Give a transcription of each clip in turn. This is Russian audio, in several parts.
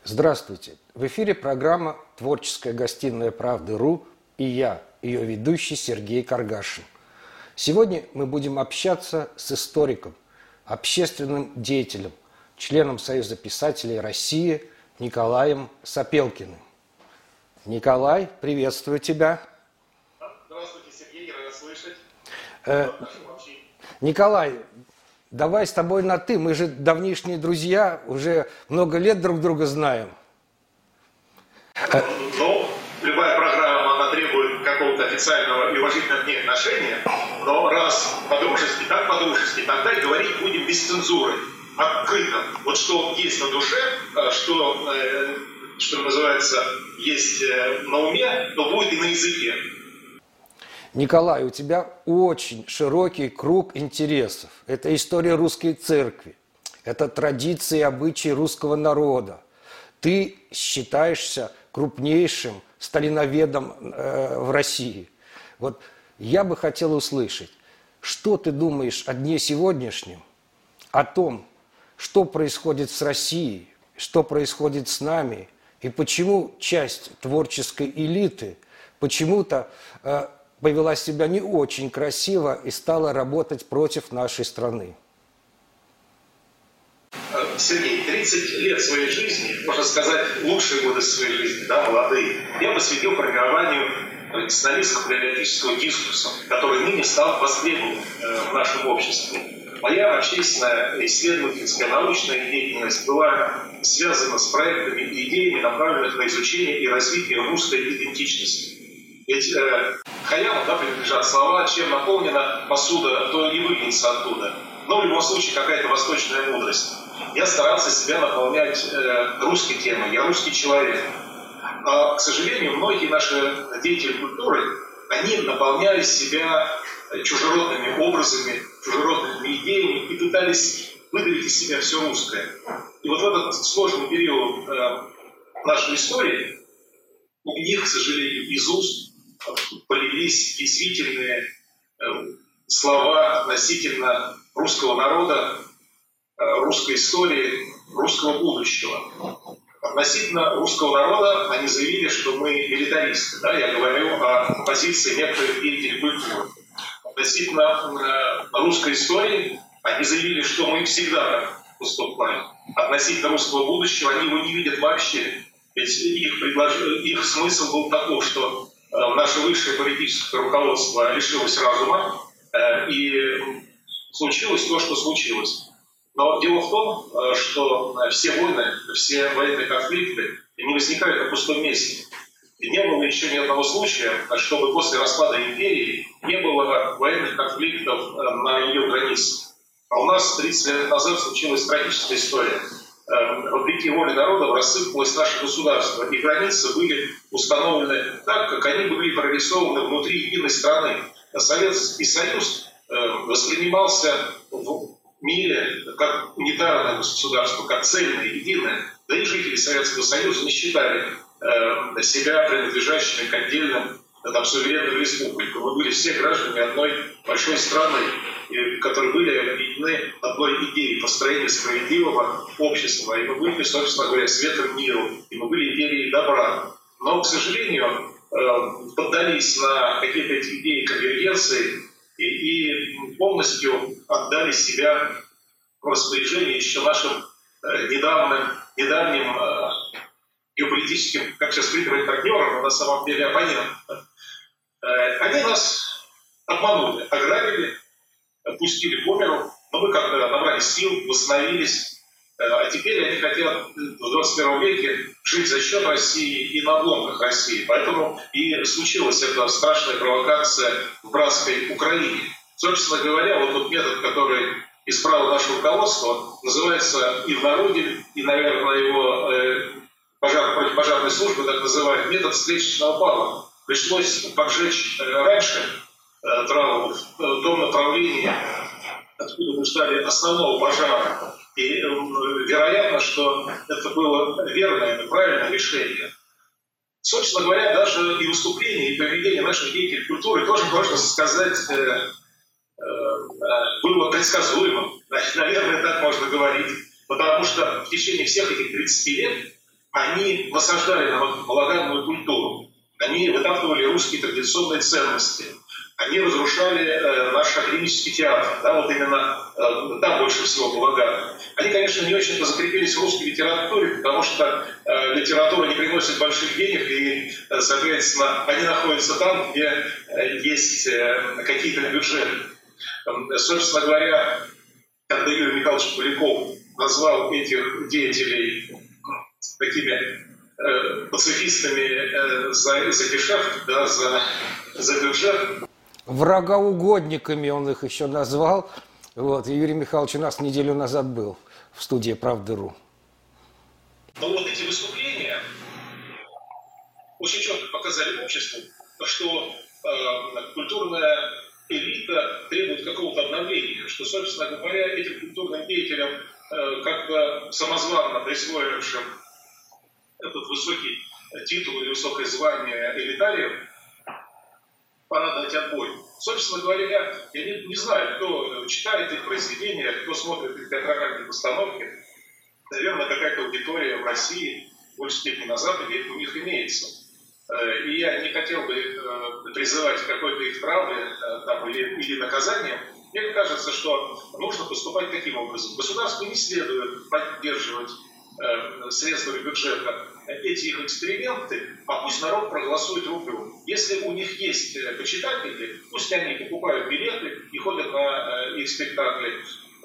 Здравствуйте! В эфире программа «Творческая гостиная Правды.ру» и я, ее ведущий Сергей Каргашин. Сегодня мы будем общаться с историком, общественным деятелем, членом Союза писателей России Николаем Сапелкиным. Николай, приветствую тебя. Здравствуйте, Сергей, рад слышать. Николай, давай с тобой на «ты». Мы же давнишние друзья, уже много лет друг друга знаем. Ну, любая программа, она требует какого-то официального и уважительного к ней отношения, но раз по-дружески, так по-дружески, тогда и говорить будем без цензуры, открыто. Вот что есть на душе, что называется, есть на уме, то будет и на языке. Николай, у тебя очень широкий круг интересов. Это история русской церкви, это традиции и обычаи русского народа. Ты считаешься крупнейшим стариноведом в России. Вот я бы хотел услышать, что ты думаешь о дне сегодняшнем, о том, что происходит с Россией, что происходит с нами, и почему часть творческой элиты почему-то повела себя не очень красиво и стала работать против нашей страны. Сергей, 30 лет своей жизни, можно сказать, лучшие годы своей жизни, да, молодые, я посвятил формированию националистско-патриотического дискурса, который ныне стал востребован в нашем обществе. Моя общественная, исследовательская, научная деятельность была связана с проектами и идеями, направленных на изучение и развитие русской идентичности. Ведь халяву, да, принадлежат слова, чем наполнена посуда, то и выльется оттуда. Но в любом случае какая-то восточная мудрость. Я старался себя наполнять русской темой, я русский человек. А, к сожалению, многие наши деятели культуры, они наполняли себя чужеродными образами, чужеродными идеями и пытались выдавить из себя все русское. И вот в этот сложный период нашей истории у них, к сожалению, из уст полились действительные слова относительно русского народа, русской истории, русского будущего. Относительно русского народа они заявили, что мы милитаристы. Да? Я говорю о позиции некоторых деятелей культуры. Относительно русской истории они заявили, что мы всегда так поступали. Относительно русского будущего они его не видят вообще. Ведь их смысл был таков, что наше высшее политическое руководство лишилось разума, и случилось то, что случилось. Но дело в том, что все войны, все военные конфликты не возникают на пустом месте. И не было еще ни одного случая, чтобы после распада империи не было военных конфликтов на ее границе. А у нас 30 лет назад случилась трагическая история. Вопреки воле народа рассыпалось наше государство, и границы были установлены так, как они были прорисованы внутри единой страны. Советский Союз воспринимался в мире как унитарное государство, как цельное, единое. Да и жители Советского Союза не считали себя принадлежащими к отдельным суверенным республикам. Мы были все граждане одной большой страны, которые были объединены одной идеей построения справедливого общества. И мы были, собственно говоря, светом миру, и мы были империей добра. Но, к сожалению, поддались на какие-то эти идеи конвергенции и полностью отдали себя в распоряжение еще нашим недавним геополитическим, как сейчас принято, партнерам, но на самом деле оппонентам. Они нас обманули, ограбили, пустили по миру, но мы как-то набрали сил, восстановились. А теперь они хотят в 21 веке жить за счет России и на обломках России. Поэтому и случилась эта страшная провокация в братской Украине. Собственно говоря, вот тот метод, который избрало наше руководство, называется и в народе, и, наверное, его противопожарной службы так называют метод встречного бала. Пришлось поджечь раньше дом направления, откуда мы ждали основного пожара. И вероятно, что это было верное и правильное решение. Собственно говоря, даже и выступление, и поведение наших деятелей культуры тоже, можно сказать, было предсказуемым. Наверное, так можно говорить. Потому что в течение всех этих 30 лет они насаждали нам балаганную культуру, они вытаптывали русские традиционные ценности, они разрушали наш академический театр, да, вот именно там больше всего балагана. Они, конечно, не очень-то закрепились в русской литературе, потому что литература не приносит больших денег, и, соответственно, они находятся там, где есть какие-то бюджеты. Собственно говоря, когда Юрий Михайлович Поляков назвал этих деятелей такими пацифистами за гешефт, да, за бюджет. Врагоугодниками он их еще назвал. Вот. И Юрий Михайлович у нас неделю назад был в студии «Правда.ру». Но вот эти выступления очень четко показали обществу, что культурная элита требует какого-то обновления, что, собственно говоря, этим культурным деятелям, как бы самозванно присвоившим этот высокий титул или высокое звание элитариев, пора дать отбой. Собственно говоря, я не знаю, кто читает их произведения, кто смотрит их театральные постановки. Наверное, какая-то аудитория в России, в большей степени на Западе, у них имеется. И я не хотел бы призывать к какой-то их травле или наказанием. Мне кажется, что нужно поступать таким образом. Государству не следует поддерживать средствами бюджета эти их эксперименты, а пусть народ проголосует рублем. Если у них есть почитатели, пусть они покупают билеты и ходят на их спектакли,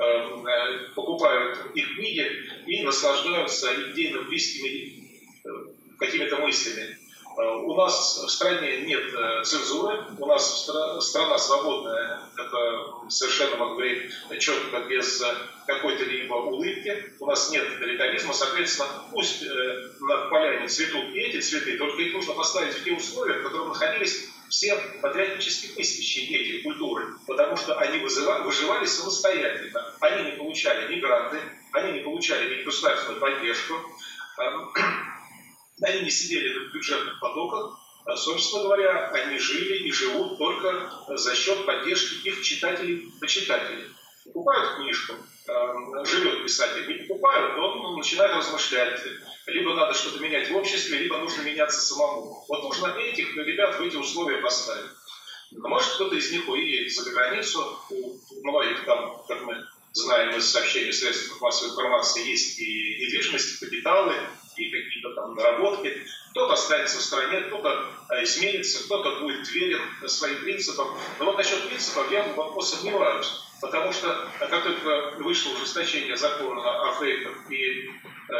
покупают их книги и наслаждаются идейно близкими какими-то мыслями. У нас в стране нет цензуры, у нас страна свободная, это совершенно могу говорить четко, без какой-то либо улыбки. У нас нет тоталитаризма, соответственно, пусть на поляне цветут и эти цветы, только их нужно поставить в те условия, в которых находились все патриотически мыслящие деятели культуры, потому что они выживали самостоятельно. Они не получали ни гранты, они не получали ни государственную поддержку, они не сидели в бюджетных потоках, собственно говоря, они жили и живут только за счет поддержки их читателей-почитателей. Покупают книжку, живет писатель, не покупают, он начинает размышлять. Либо надо что-то менять в обществе, либо нужно меняться самому. Вот нужно этих ребят в эти условия поставить. Может, кто-то из них уедет за границу, у многих там, как мы знаем из сообщений средств массовой информации, есть и недвижимость, капиталы, и какие-то там наработки. Кто-то останется в стране, кто-то изменится, кто-то будет верен своим принципам. Но вот насчет принципов я глубоко сомневаюсь. Потому что как только вышло ужесточение закона о фейках и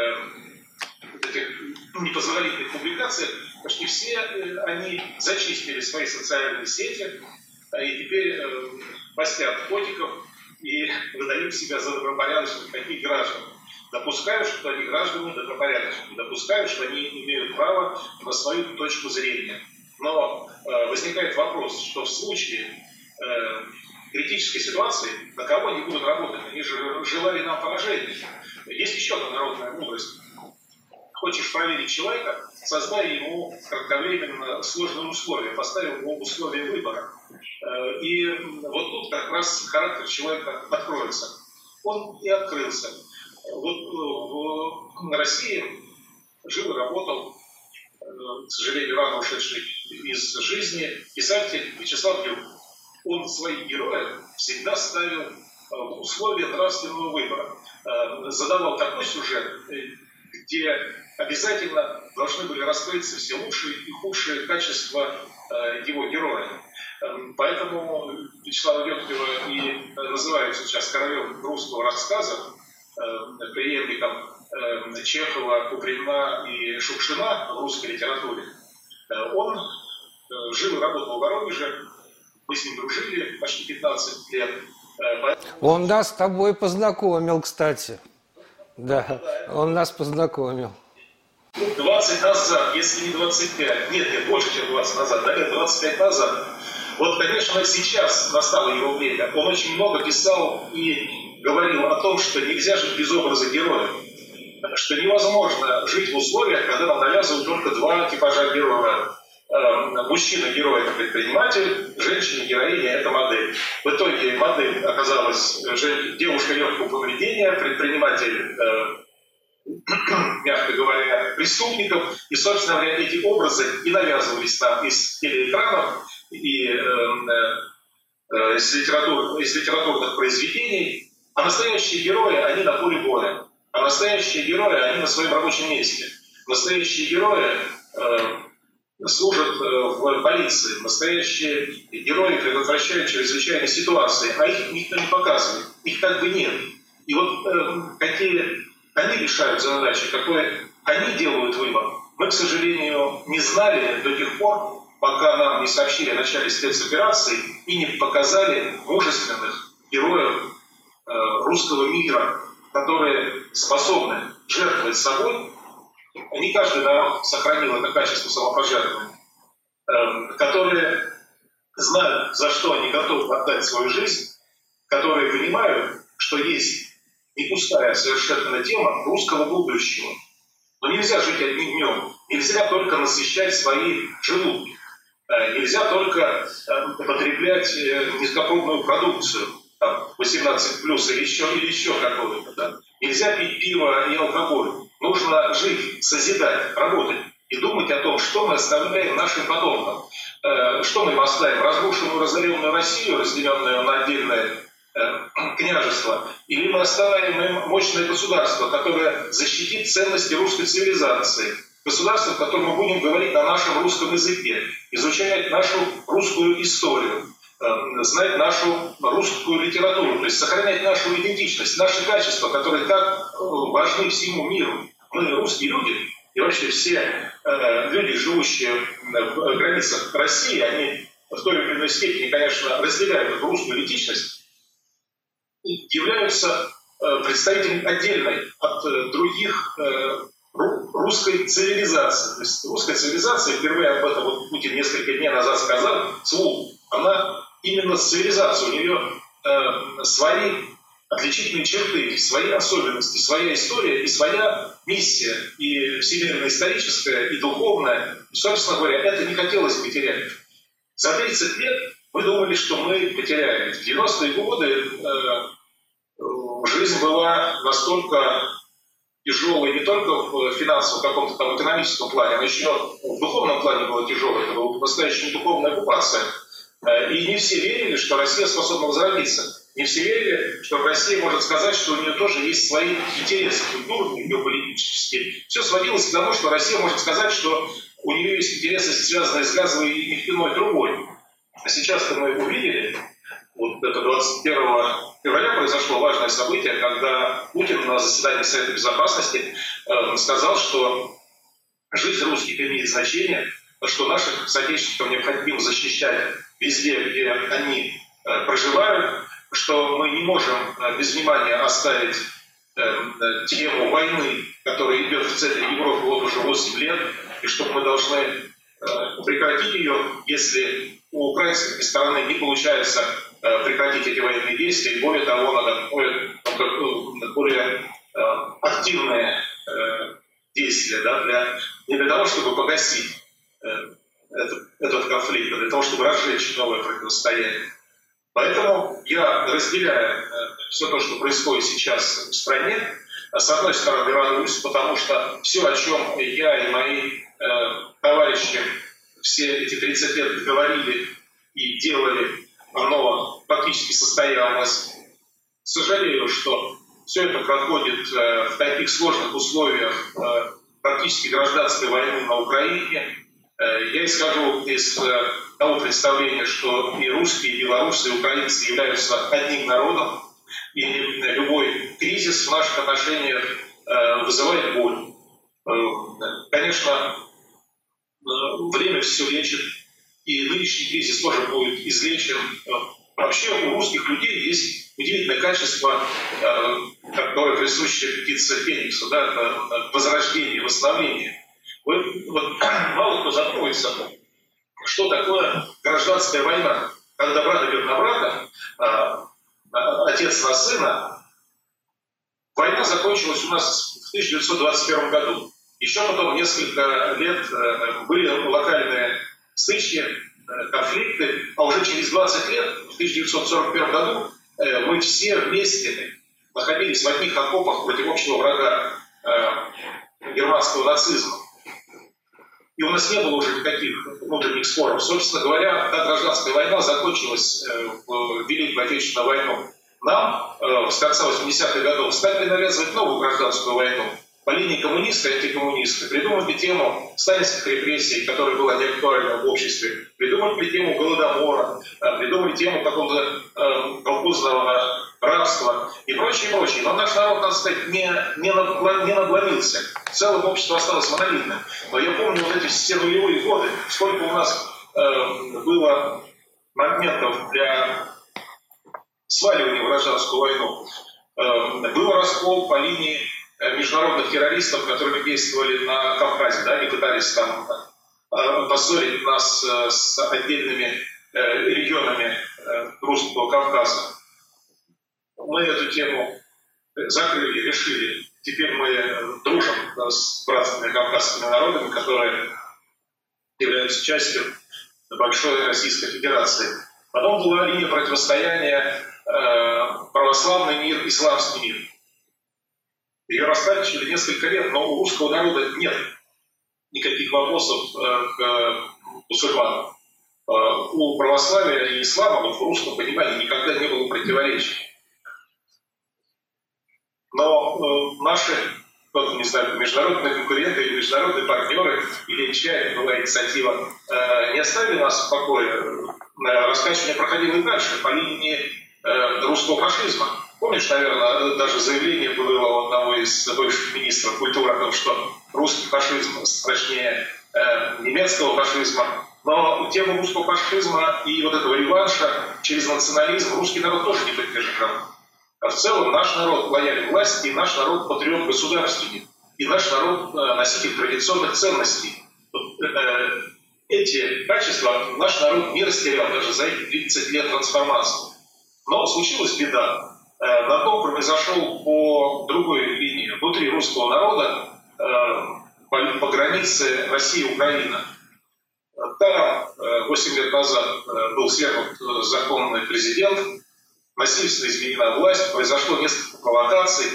этих непозволительных публикациях, почти все они зачистили свои социальные сети и теперь постят котиков и выдают себя за добропорядочных таких граждан. Допускают, что они граждане добропорядочные, допускают, что они имеют право на свою точку зрения. Но возникает вопрос, что в случае критической ситуации, на кого они будут работать? Они же желали нам поражения. Есть еще одна народная мудрость. Хочешь проверить человека, создай ему кратковременно сложные условия, поставил ему условия выбора. И вот тут как раз характер человека откроется. Он и открылся. Вот в России жил и работал, к сожалению, рано ушедший из жизни, писатель Вячеслав Дюк. Он своих героев всегда ставил условия нравственного выбора. Задавал такой сюжет, где обязательно должны были раскрыться все лучшие и худшие качества его героя. Поэтому Вячеслава Дюкова и называют сейчас королем русского рассказа, преемником Чехова, Куприна и Шукшина в русской литературе. Он жил и работал в Воронеже, мы с ним дружили почти 15 лет. Он нас с тобой познакомил, кстати. Да, он нас познакомил. 20 назад, если не 25, нет, больше, чем 20 назад, да, лет 25 назад. Вот, конечно, сейчас настало его время. Он очень много писал и говорил о том, что нельзя жить без образа героя. Что невозможно жить в условиях, когда нам навязывают только два типажа героя. Мужчина-герой – это предприниматель, женщина-героиня – это модель. В итоге модель оказалась девушка легкого поведения, предприниматель мягко говоря, преступников. И, собственно говоря, эти образы и навязывались нам из телеэкранов, и из литературных произведений. А настоящие герои, они на поле боя. А настоящие герои, они на своем рабочем месте. Настоящие герои служат в полиции. Настоящие герои предотвращают чрезвычайные ситуации. А их никто не показывает. Их как бы нет. И вот какие они решают задачи, какой они делают выбор, мы, к сожалению, не знали до тех пор, пока нам не сообщили о начале спецоперации и не показали мужественных героев русского мира, которые способны жертвовать собой. Не каждый народ сохранил это качество самопожертвования, которые знают, за что они готовы отдать свою жизнь, которые понимают, что есть не пустая совершенно тема русского будущего. Но нельзя жить одним днем, нельзя только насыщать свои желудки, нельзя только потреблять низкопробную продукцию, 18+, или еще какого-то. Да? Нельзя пить пиво и алкоголь. Нужно жить, созидать, работать и думать о том, что мы оставляем нашим потомкам. Что мы им оставим? Разрушенную, разоренную Россию, разделенную на отдельные княжества, или мы оставим им мощное государство, которое защитит ценности русской цивилизации, государство, в котором мы будем говорить на нашем русском языке, изучать нашу русскую историю, знать нашу русскую литературу, то есть сохранять нашу идентичность, наши качества, которые так важны всему миру. Мы русские люди, и вообще все люди, живущие в границах России, они в той или иной степени, конечно, разделяют эту русскую идентичность, являются представителями отдельной от других русской цивилизации. То есть русская цивилизация, впервые об этом вот Путин несколько дней назад сказал, вслух, она именно цивилизация, у нее свои отличительные черты, свои особенности, своя история и своя миссия, и вселенно-историческая, и духовная. И, собственно говоря, это не хотелось потерять. За 30 лет мы думали, что мы потеряли. В 90-е годы жизнь была настолько тяжелой не только в финансовом каком-то там экономическом плане, но еще в духовном плане была тяжелой. Это была настоящая духовная оккупация. И не все верили, что Россия способна возродиться. Не все верили, что Россия может сказать, что у нее тоже есть свои интересы культурные, геополитические. Все сводилось к тому, что Россия может сказать, что у нее есть интересы, связанные с газовой и нефтяной трубой. А сейчас-то мы увидели, вот это 21 февраля произошло важное событие, когда Путин на заседании Совета Безопасности сказал, что жизнь русских имеет значение, что наших соотечественников необходимо защищать везде, где они проживают, что мы не можем без внимания оставить тему войны, которая идет в центре Европы вот уже 8 лет, и что мы должны прекратить ее, если у украинской стороны не получается прекратить эти военные действия, и более того, надо более активные действия, да, не для того, чтобы погасить этот конфликт, а для того, чтобы разжечь новое противостояние. Поэтому я разделяю все то, что происходит сейчас в стране. С одной стороны, радуюсь, потому что все, о чем я и мои товарищи все эти 30 лет говорили и делали, оно фактически состоялось. Сожалею, что все это проходит в таких сложных условиях практически гражданской войны на Украине. Я исхожу из того представления, что и русские, и белорусы, и украинцы являются одним народом, и любой кризис в наших отношениях вызывает боль. Конечно, время все лечит, и нынешний кризис тоже будет излечен. Вообще у русских людей есть удивительное качество, которое присуще птице Фениксу, да, это возрождение, восстановление. Вот мало кто задумывается, что такое гражданская война, когда брат идет на брата, отец на сына. Война закончилась у нас в 1921 году. Еще потом несколько лет были локальные стычки, конфликты, а уже через 20 лет, в 1941 году, мы все вместе находились в одних окопах против общего врага. нацизмом. И у нас не было уже никаких внутренних споров. Собственно говоря, когда гражданская война закончилась в Великую Отечественную войну, нам с конца 80-х годов стали навязывать новую гражданскую войну. По линии коммунисты и антикоммунисты придумали тему сталинских репрессий, которая была неактуальна в обществе, придумали тему Голодомора, придумали тему какого-то колхозного рабства и прочее, прочее. Но наш народ, надо сказать, не надломился. В целом общество осталось монолитным. Но я помню вот эти все нулевые годы, сколько у нас было моментов для сваливания в гражданскую войну. Был раскол по линии международных террористов, которые действовали на Кавказе, да, они пытались там поссорить нас с отдельными регионами русского Кавказа. Мы эту тему закрыли, решили. Теперь мы дружим с братскими кавказскими народами, которые являются частью Большой Российской Федерации. Потом была линия противостояния православный мир, исламский мир. Ее растачивали несколько лет, но у русского народа нет никаких вопросов к мусульманам. У православия и ислама вот в русском понимании никогда не было противоречий. Но наши, не знаю, международные конкуренты или международные партнеры, или чья была инициатива, не оставили нас в покое. Раскачивание проходило и дальше по линии русского фашизма. Помнишь, наверное, даже заявление было у одного из бывших министров культуры о том, что русский фашизм страшнее немецкого фашизма. Но тему русского фашизма и вот этого реванша через национализм русский народ тоже не поддержал. А в целом наш народ лоялен власти, и наш народ патриот государственный, и наш народ носитель традиционных ценностей. Эти качества наш народ не растерял даже за эти 30 лет трансформации. Но случилась беда. Натом произошел по другой линии, внутри русского народа, по границе Россия-Украина. Там 8 лет назад был свергнут законный президент, насильственно изменена власть, произошло несколько провокаций,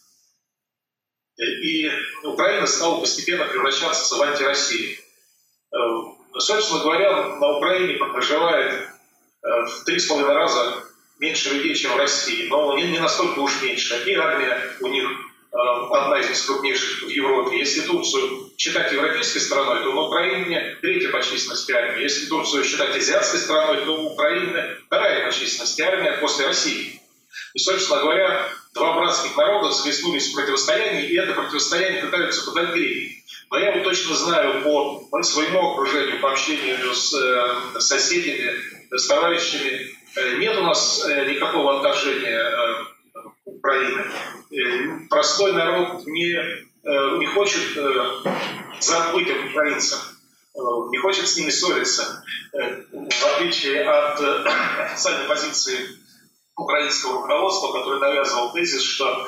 и Украина стала постепенно превращаться в антироссию. Собственно говоря, на Украине проживает в 3,5 раза меньше людей, чем в России, но не настолько уж меньше. И армия у них одна из крупнейших в Европе. Если Турцию считать европейской страной, то на Украине 3-я по численности армии. Если Турцию считать азиатской страной, то у Украины 2-я по численности армия после России. И, собственно говоря, два братских народа схлестнулись в противостоянии, и это противостояние пытаются подогреть. Но я вот точно знаю по своему окружению, по общению с соседями, с товарищами, нет у нас никакого отторжения Украины. Простой народ не хочет забыть об украинцах, не хочет с ними ссориться. В отличие от официальной позиции украинского руководства, которое навязывал тезис, что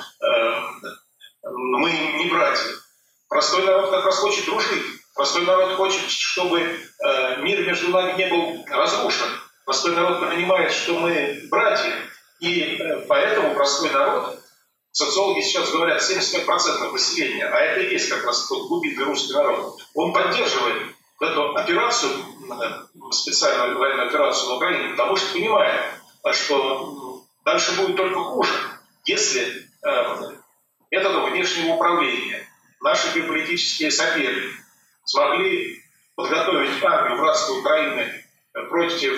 мы не братья. Простой народ как раз хочет дружить. Простой народ хочет, чтобы мир между нами не был разрушен. Простой народ понимает, что мы братья, и поэтому простой народ, социологи сейчас говорят, 75% населения, а это и есть как раз тот глубинный русский народ, он поддерживает эту операцию, специальную военную операцию на Украине, потому что понимает, что дальше будет только хуже, если методом внешнего управления наши геополитические соперники смогли подготовить армию братской Украины против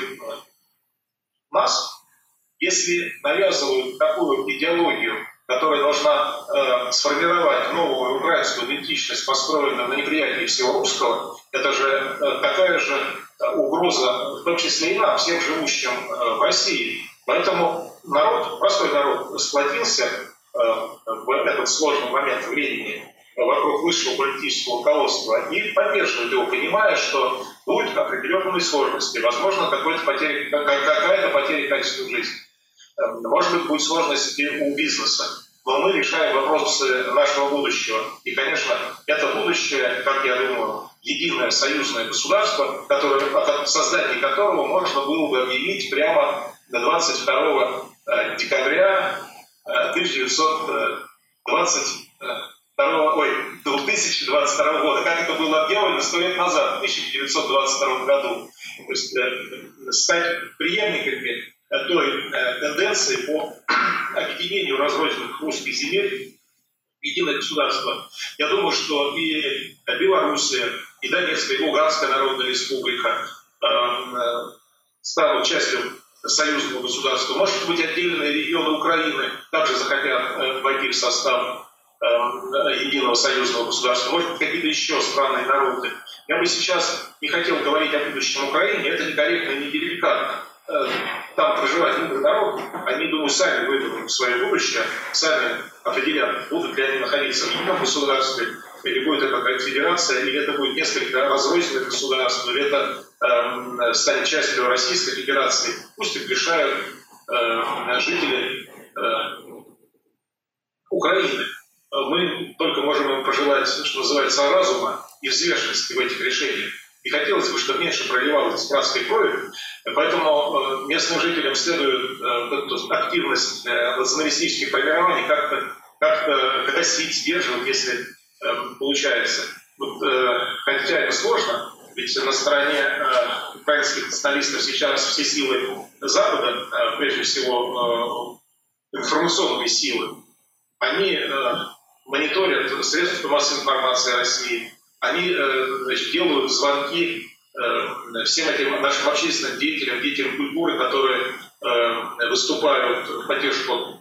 нас, если навязывают такую идеологию, которая должна сформировать новую украинскую идентичность, построенную на неприятии всего русского, это же такая же угроза, в том числе и нам, всем живущим в России. Поэтому народ, простой народ, сплотился в этот сложный момент времени вокруг высшего политического руководства и поддерживает его, понимая, что будут определенные сложности, возможно, какая-то потеря качества жизни. Может быть, будет сложность у бизнеса, но мы решаем вопросы нашего будущего. И, конечно, это будущее, как я думаю, единое союзное государство, о создании которого можно было бы объявить прямо до 22 декабря 2022 2022 года, как это было объявлено 100 лет назад, в 1922 году. То есть стать преемниками той тенденции по объединению разрозненных русских земель в единое государство. Я думаю, что и Белоруссия, и Донецкая, и Луганская Народная Республика станут частью союзного государства. Может быть, отдельные регионы Украины также захотят войти в состав единого союзного государства. Может быть, какие-то еще странные народы. Я бы сейчас не хотел говорить о будущем Украине, это некорректно и неделикатно. Там проживает много народов, они, думаю, сами выберут свое будущее, сами определят, будут ли они находиться в едином государстве, или будет это конфедерация, или это будет несколько разрозненных государств, или это станет частью Российской Федерации. Пусть их решают жители Украины. Мы только можем им пожелать, что называется, разума и взвешенности в этих решениях. И хотелось бы, чтобы меньше проливалось братской крови. Поэтому местным жителям следует эту активность националистических формирований как-то гасить, сдерживать, если получается. Хотя это сложно, ведь на стороне украинских националистов сейчас все силы Запада, прежде всего информационные силы, они мониторят средства массовой информации о России, они делают звонки всем этим нашим общественным деятелям, деятелям культуры, которые выступают в поддержку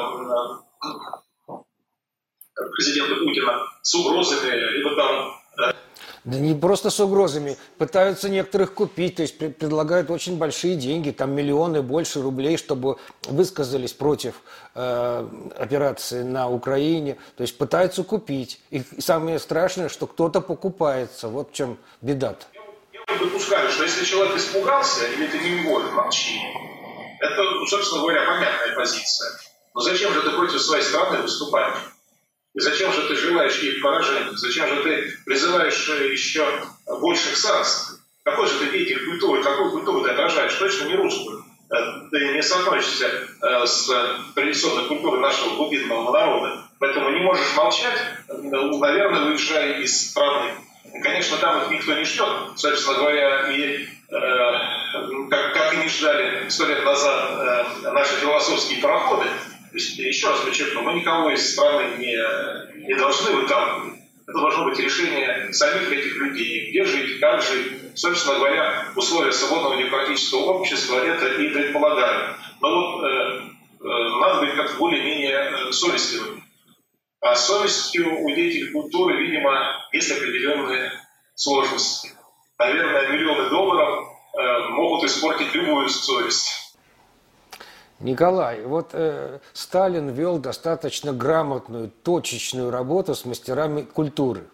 президента Путина с угрозами, либо там... Да не просто с угрозами, пытаются некоторых купить, то есть предлагают очень большие деньги, там миллионы, больше рублей, чтобы высказались против операции на Украине, то есть пытаются купить. И самое страшное, что кто-то покупается, вот в чем беда-то. Я допускаю, что если человек испугался, или ты не может молчи, это, собственно говоря, понятная позиция. Но зачем же ты против своей страны выступаешь? И зачем же ты желаешь ей поражения? Зачем же ты призываешь еще больших царств? Какой же ты деятель культуры? Какую культуру ты отражаешь? Точно не русскую. Ты не соотносишься с традиционной культурой нашего глубинного народа. Поэтому не можешь молчать, наверное, уезжая из страны. И, конечно, там их никто не ждет. Собственно говоря, и как и не ждали 100 лет назад наши философские пароходы. То есть, еще раз подчеркну, мы никого из страны не должны выталкивать. Это должно быть решение самих этих людей. Где жить, как жить. Собственно говоря, условия свободного демократического общества это и предполагают. Но вот надо быть как-то более-менее совестливым. А с совестью у деятелей культуры, видимо, есть определенные сложности. Наверное, миллионы долларов могут испортить любую совесть. Николай, вот Сталин вел достаточно грамотную, точечную работу с мастерами культуры.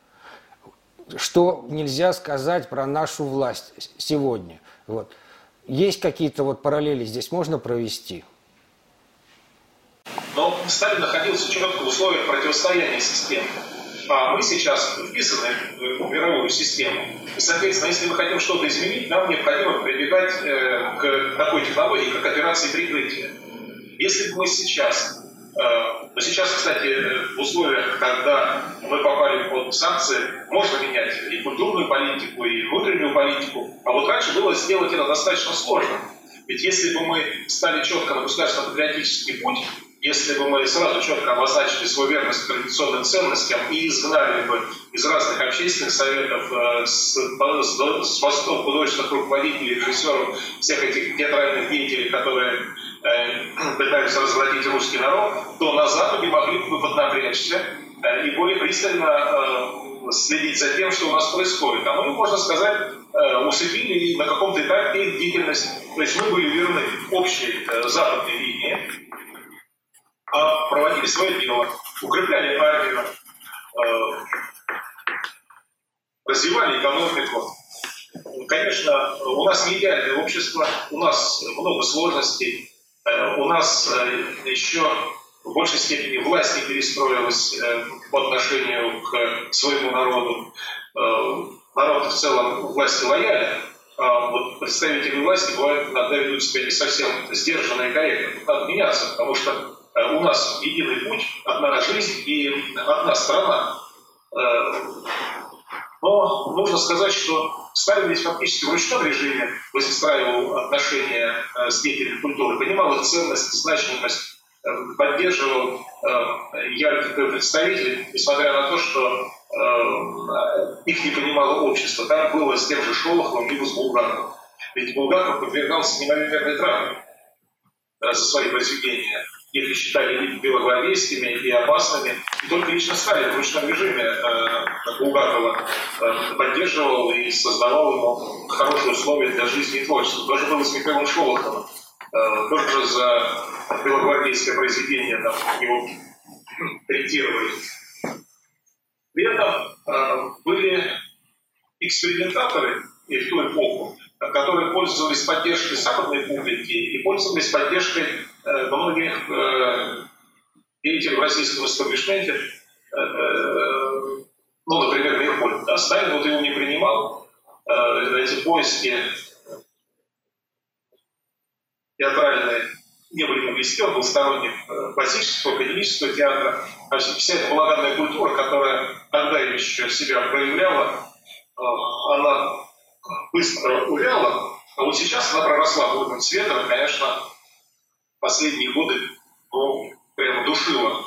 Что нельзя сказать про нашу власть сегодня? Вот. Есть какие-то вот параллели здесь можно провести? Но Сталин находился четко в условиях противостояния системы. А мы сейчас вписаны в мировую систему. И, соответственно, если мы хотим что-то изменить, нам необходимо прибегать к такой технологии, как операции прикрытия. Если бы мы сейчас, кстати, в условиях, когда мы попали под санкции, можно менять и культурную политику, и внутреннюю политику. А вот раньше было сделать это достаточно сложно. Ведь если бы мы стали четко на государственно-патриотический путь, если бы мы сразу четко обозначили свою верность традиционным ценностям и изгнали бы из разных общественных советов, с постов художественных руководителей, режиссеров, всех этих театральных деятелей, которые пытаются развратить русский народ, то на Западе могли бы поднапрячься и более пристально следить за тем, что у нас происходит. А мы, можно сказать, усыпили на каком-то этапе их деятельность. То есть мы были верны общей западной линии, а проводили свое дело, укрепляли армию, развивали экономику. Конечно, у нас не идеальное общество, у нас много сложностей, у нас еще в большей степени власть не перестроилась по отношению к своему народу. Народ в целом власти лоялен, а вот представители власти бывают иногда ведут себя не совсем сдержанно и корректно. Надо меняться, потому что у нас единый путь, одна жизнь и одна страна. Но нужно сказать, что Сталин ведь фактически в ручном режиме выстраивал отношения с деятелями культуры, понимал их ценность, значимость, поддерживал ярких представителей, несмотря на то, что их не понимало общество. Так было с тем же Шолоховым, либо с Булгаковым. Ведь Булгаков подвергался неимоверной травме за свои произведения. Их считали и белогвардейскими, и опасными. И только лично Сталин в ручном режиме Булгакова поддерживал и создавал ему хорошие условия для жизни и творчества. Тоже было с Михаилом Шолоховым. Тоже за белогвардейское произведение там, его третировали. При этом были экспериментаторы и в ту эпоху, которые пользовались поддержкой западной публики и пользовались поддержкой многих деятелей в российском истеблишменте, ну, например, Мирхольд. Да? Сталин вот его не принимал, эти поиски театральные не были ему близки, он был сторонник классического, академического театра. А вся эта балаганная культура, которая тогда еще себя проявляла, она быстро увяла, а вот сейчас она проросла бурным цветом, и, конечно, последние годы прямо душила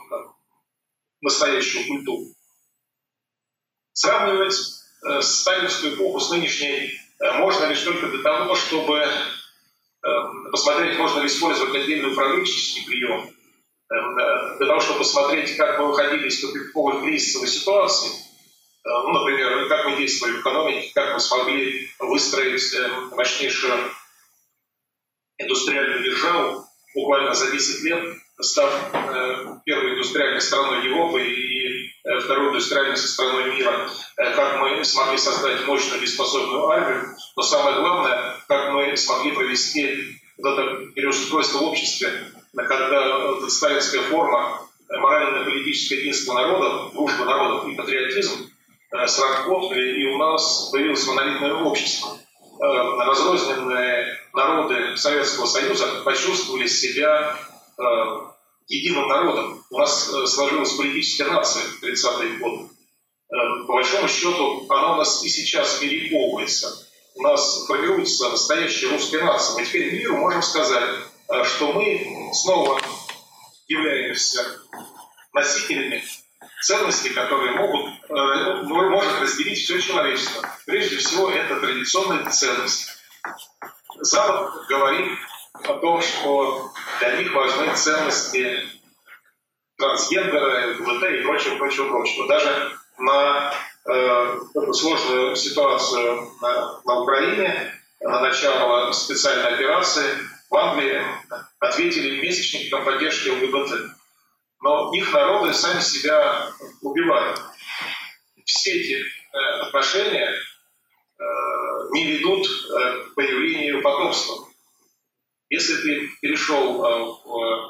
настоящую культуру. Сравнивать сталинскую эпоху с нынешней можно лишь только для того, чтобы посмотреть, можно ли использовать отдельный управленческий прием, для того, чтобы посмотреть, как мы выходили из тупиковых кризисовых ситуаций. Ну, например, как мы действовали в экономике, как мы смогли выстроить мощнейшую индустриальную державу буквально за 10 лет, став первой индустриальной страной Европы и второй индустриальной страной мира, как мы смогли создать мощную и способную армию, но самое главное, как мы смогли провести вот это переустройство в обществе, когда сталинская форма морально-политическое единство народов, дружба народов и патриотизм сработали, и у нас появилось монолитное общество. Разрозненные народы Советского Союза почувствовали себя единым народом. У нас сложилась политическая нация в 30-е годы. По большому счету, она у нас и сейчас перековывается. У нас формируется настоящая русская нация. Мы теперь миру можем сказать, что мы снова являемся носителями ценностей, которые может разделить все человечество. Прежде всего, это традиционные ценности. Запад говорит о том, что для них важны ценности трансгендера, ЛГБТ и прочего. Даже на эту сложную ситуацию на Украине, на начало специальной операции в Англии ответили месячникам поддержки ЛГБТ. Но их народы сами себя убивают. Все эти отношения не ведут к появлению потомства. Если ты перешел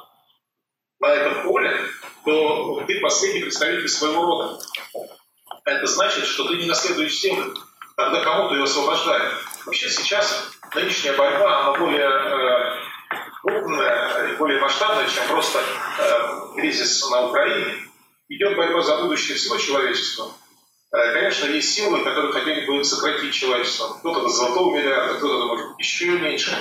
на это поле, то ты последний представитель своего рода. Это значит, что ты не наследуешь землю. Тогда кому ты ее освобождаешь? Вообще сейчас нынешняя борьба, она более крупная и более масштабная, чем просто кризис на Украине. Идет борьба за будущее всего человечества. Конечно, есть силы, которые хотели бы сократить человечество. Кто-то до золотого миллиарда, кто-то, может быть, еще меньше,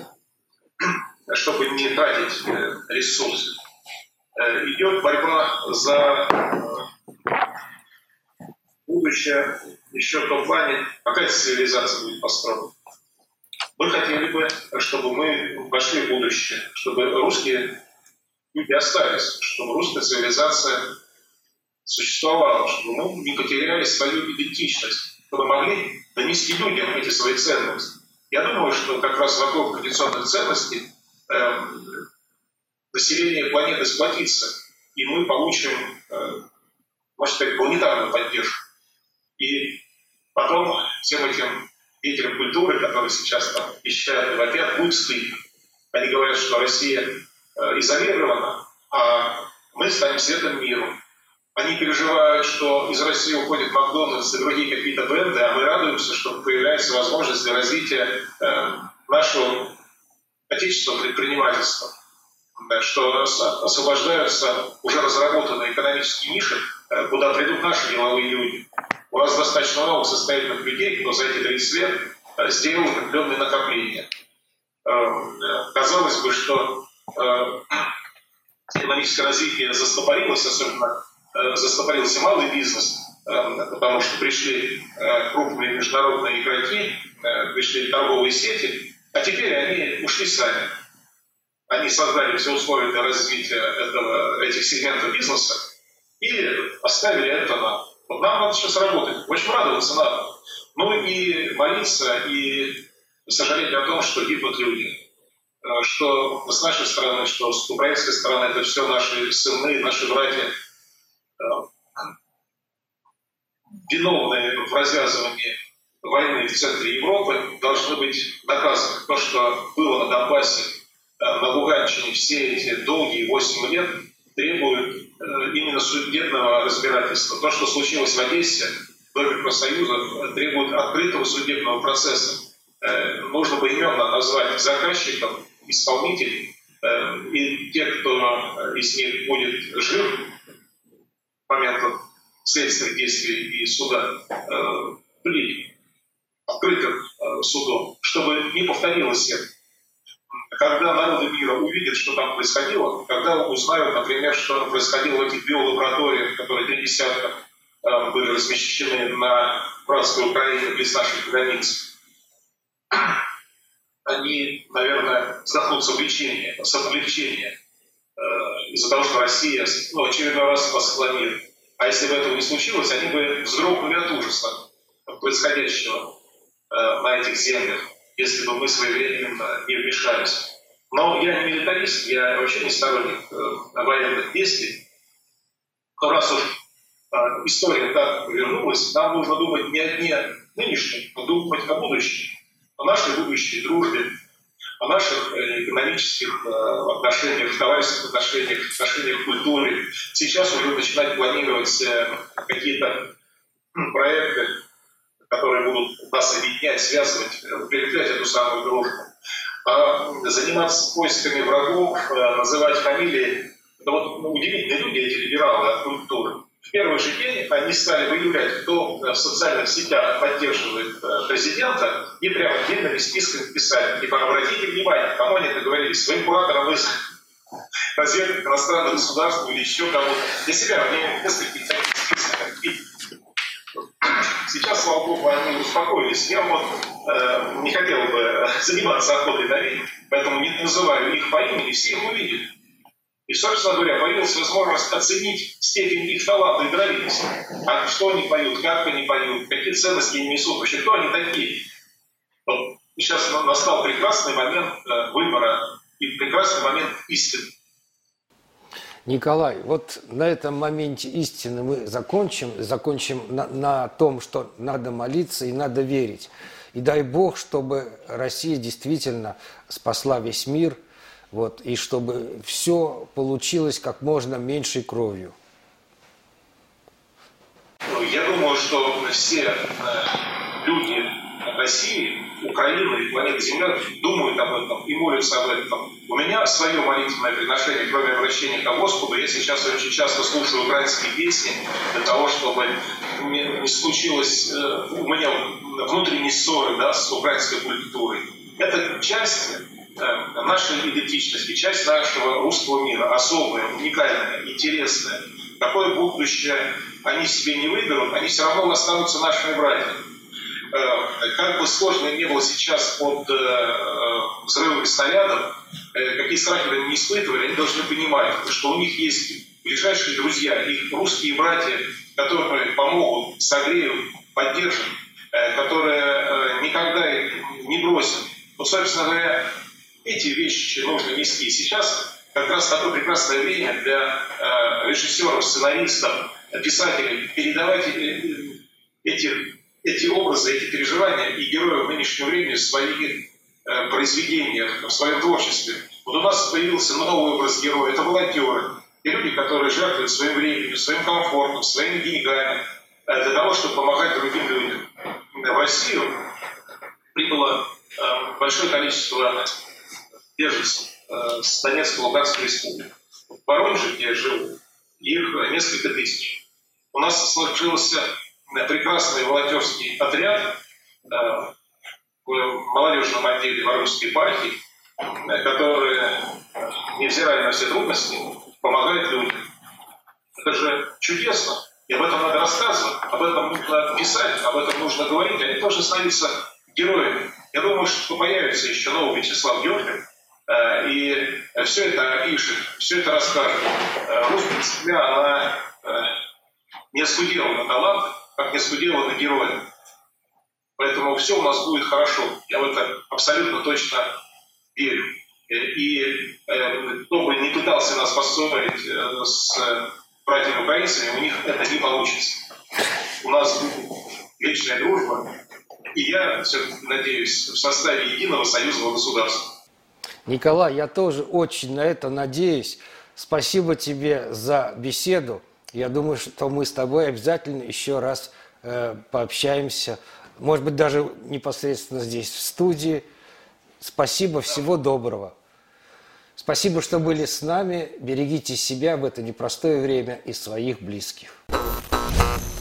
чтобы не тратить ресурсы. Идет борьба за будущее еще в том плане, какая цивилизация будет построена. Мы хотели бы, чтобы мы вошли в будущее, чтобы русские люди остались, чтобы русская цивилизация существовала, чтобы мы не потеряли свою идентичность, чтобы могли донести людям эти свои ценности. Я думаю, что как раз вокруг традиционных ценностей население планеты сплотится, и мы получим, можно сказать, планетарную поддержку. И потом всем этим деятелям культуры, которые сейчас там ищут, вопят, будет стыдно. Они говорят, что Россия изолирована, а мы станем светом миру. Они переживают, что из России уходит Макдональдс и другие какие-то бренды, а мы радуемся, что появляется возможность для развития нашего отечественного предпринимательства, что освобождаются уже разработанные экономические ниши, куда придут наши деловые люди. У нас достаточно много состоятельных людей, кто за эти 30 лет сделал определенные накопления. Казалось бы, что экономическое развитие застопорилось, особенно застопорился малый бизнес, потому что пришли крупные международные игроки, пришли торговые сети, а теперь они ушли сами. Они создали все условия для развития этих сегментов бизнеса и оставили это нам. Вот нам надо сейчас работать, очень радоваться надо. Ну и молиться, и сожалеть о том, что гибнут люди. Что с нашей стороны, что с украинской стороны, это все наши сыны, наши братья, виновные в развязывании войны в центре Европы, должны быть наказаны. То, что было на Донбассе, на Луганщине все эти долгие 8 лет, требует именно судебного разбирательства. То, что случилось в Одессе, в Доме профсоюзов, требует открытого судебного процесса. Нужно поименно назвать заказчиков, исполнителей и тех, кто из них будет жив к моменту следственных действий и суда, были открытым судом, чтобы не повторилось это. Когда народы мира увидят, что там происходило, когда узнают, например, что происходило в этих биолабораториях, которые 3 десятка были размещены на братской Украине близ наших границ, они, наверное, вздохнут с облегчением из-за того, что Россия очередной раз спасла мир. А если бы этого не случилось, они бы вздрогнули от ужаса происходящего на этих землях, если бы мы своевременно не вмешались. Но я не милитарист, я вообще не сторонник военных действий. Но раз уж история так повернулась, нам нужно думать не о дне нынешнем, а думать о будущем, о нашей будущей дружбе, о наших экономических отношениях, товарищеских отношениях в культуре. Сейчас уже начинать планировать какие-то проекты, которые будут нас объединять, связывать, укреплять эту самую дружбу. А заниматься поисками врагов, называть фамилии. Это вот удивительные люди, эти либералы от культуры. В первый же день они стали выявлять, кто в социальных сетях поддерживает президента, и прямо отдельными списками писать. Типа, обратите внимание, кому они это говорили, своим кураторам из разведок иностранных государств или еще кого-то. Для себя мне нескольких таких списков видеть. Сейчас, слава богу, они успокоились. Я вот не хотел бы заниматься охотой на ведьм, поэтому не называю их по имени, все их увидели. И, собственно говоря, появилась возможность оценить степень их таланта и даровитости. А что они поют, как они поют, какие ценности они несут, вообще кто они такие. Вот сейчас настал прекрасный момент выбора и прекрасный момент истины. Николай, вот на этом моменте истины мы закончим на том, что надо молиться и надо верить. И дай Бог, чтобы Россия действительно спасла весь мир, вот, и чтобы все получилось как можно меньшей кровью. Я думаю, что все люди России, Украины и планеты Земля думают об этом и молятся об этом. У меня свое молитвенное приношение, кроме обращения к Господу, я сейчас очень часто слушаю украинские песни для того, чтобы не случилось у меня внутренней ссоры, да, с украинской культурой. Это часть нашей идентичности, часть нашего русского мира, особая, уникальная, интересная. Какое будущее они себе не выберут, они все равно останутся нашими братьями. Как бы сложно ни было сейчас под взрывами снарядов, какие страхи они не испытывали, они должны понимать, что у них есть ближайшие друзья, их русские братья, которые помогут, согреют, поддержат, которые никогда их не бросят. Вот, собственно говоря, эти вещи нужно нести. Сейчас как раз такое прекрасное время для режиссеров, сценаристов, писателей передавать эти образы, эти переживания и героев нынешнего времени в своих произведениях, в своем творчестве. Вот у нас появился новый образ героя, это волонтеры. И люди, которые жертвуют своим временем, своим комфортом, своими деньгами для того, чтобы помогать другим людям. В Россию прибыло большое количество беженцев с Донецкой и Луганской республики. В Воронеже, где я живу, их несколько тысяч. У нас сложился прекрасный волонтерский отряд в молодежном отделе Воронежской епархии, которые, невзирая на все трудности, помогают людям. Это же чудесно. И об этом надо рассказывать, об этом нужно писать, об этом нужно говорить. Они тоже становятся героями. Я думаю, что появится еще новый Вячеслав Георгиев, и все это опишет, все это расскажет. Русская земля, она не оскудела на талант, как не оскудела на героя. Поэтому все у нас будет хорошо. Я в это абсолютно точно верю. И кто бы не пытался нас поссорить с братьями украинцами, у них это не получится. У нас будет вечная дружба. И я все-таки надеюсь в составе единого союзного государства. Николай, я тоже очень на это надеюсь. Спасибо тебе за беседу. Я думаю, что мы с тобой обязательно еще раз пообщаемся. Может быть, даже непосредственно здесь, в студии. Спасибо, всего доброго. Спасибо, что были с нами. Берегите себя в это непростое время и своих близких.